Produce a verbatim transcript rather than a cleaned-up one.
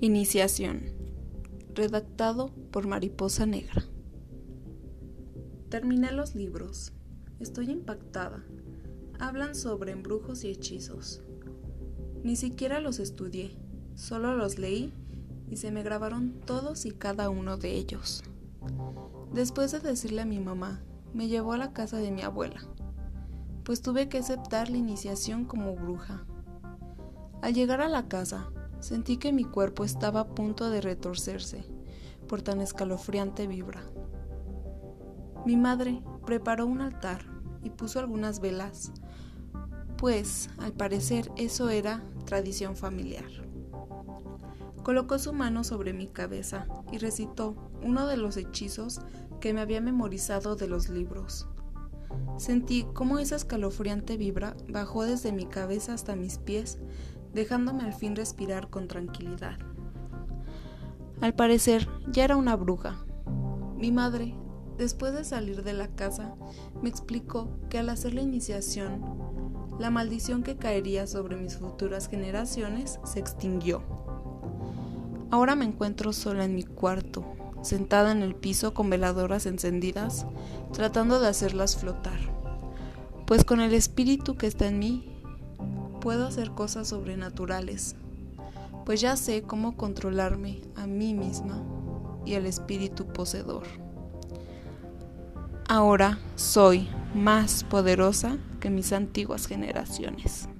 Iniciación. Redactado por Mariposa Negra. Terminé los libros. Estoy impactada. Hablan sobre embrujos y hechizos. Ni siquiera los estudié, solo los leí y se me grabaron todos y cada uno de ellos. Después de decirle a mi mamá, me llevó a la casa de mi abuela, pues tuve que aceptar la iniciación como bruja. Al llegar a la casa, sentí que mi cuerpo estaba a punto de retorcerse por tan escalofriante vibra. Mi madre preparó un altar y puso algunas velas, pues al parecer eso era tradición familiar. Colocó su mano sobre mi cabeza y recitó uno de los hechizos que me había memorizado de los libros. Sentí cómo esa escalofriante vibra bajó desde mi cabeza hasta mis pies, dejándome al fin respirar con tranquilidad. Al parecer, ya era una bruja. Mi madre, después de salir de la casa, me explicó que al hacer la iniciación, la maldición que caería sobre mis futuras generaciones se extinguió. Ahora me encuentro sola en mi cuarto, sentada en el piso con veladoras encendidas, tratando de hacerlas flotar, pues con el espíritu que está en mí, puedo hacer cosas sobrenaturales, pues ya sé cómo controlarme a mí misma y al espíritu poseedor. Ahora soy más poderosa que mis antiguas generaciones.